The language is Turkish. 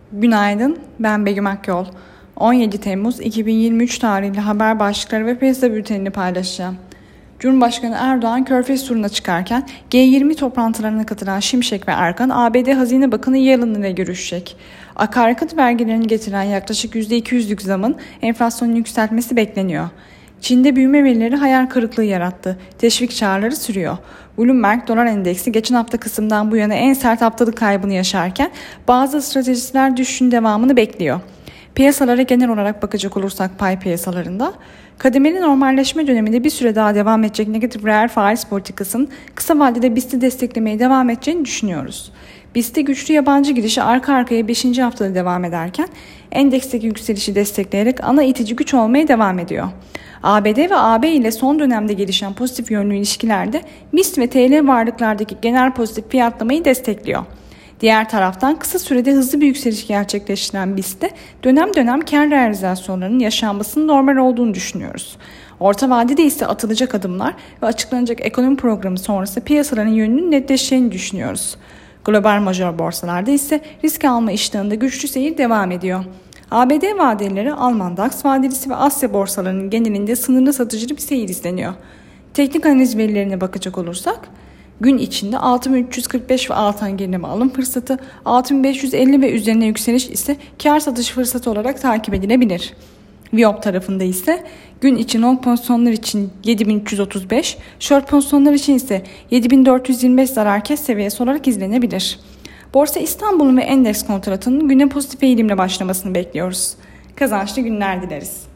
Günaydın, ben Begüm Akyol. 17 Temmuz 2023 tarihli haber başlıkları ve piyasa bültenini paylaşacağım. Cumhurbaşkanı Erdoğan Körfez turuna çıkarken G20 toplantılarına katılan Şimşek ve Erkan, ABD Hazine Bakanı Yellen ile görüşecek. Akaryakıt vergilerini getiren yaklaşık %200'lük zamın enflasyonu yükseltmesi bekleniyor. Çin'de büyüme verileri hayal kırıklığı yarattı. Teşvik çağrıları sürüyor. Bloomberg dolar endeksi geçen hafta Kasım'dan bu yana en sert haftalık kaybını yaşarken bazı stratejistler düşüşün devamını bekliyor. Piyasalara genel olarak bakacak olursak pay piyasalarında kademeli normalleşme döneminde bir süre daha devam edecek negatif reel faiz politikasının kısa vadede BIST'i desteklemeye devam edeceğini düşünüyoruz. BIST'te güçlü yabancı girişi arka arkaya 5. haftada devam ederken endeksteki yükselişi destekleyerek ana itici güç olmaya devam ediyor. ABD ve AB ile son dönemde gelişen pozitif yönlü ilişkilerde BIST ve TL varlıklardaki genel pozitif fiyatlamayı destekliyor. Diğer taraftan kısa sürede hızlı bir yükseliş gerçekleştiren BIST'te dönem dönem kar realizasyonlarının yaşanmasının normal olduğunu düşünüyoruz. Orta vadede ise atılacak adımlar ve açıklanacak ekonomi programı sonrası piyasaların yönünün netleşeceğini düşünüyoruz. Global major borsalarda ise risk alma iştahında güçlü seyir devam ediyor. ABD vadeleri, Alman DAX vadelisi ve Asya borsalarının genelinde sınırlı satıcılı bir seyir izleniyor. Teknik analiz verilerine bakacak olursak, gün içinde 6345 ve alttan gerileme alım fırsatı, 6550 ve üzerine yükseliş ise kar satış fırsatı olarak takip edilebilir. Viyop tarafında ise gün için long pozisyonlar için 7335, short pozisyonlar için ise 7425 zarar kes seviyesi olarak izlenebilir. Borsa İstanbul'un ve endeks kontratının güne pozitif eğilimle başlamasını bekliyoruz. Kazançlı günler dileriz.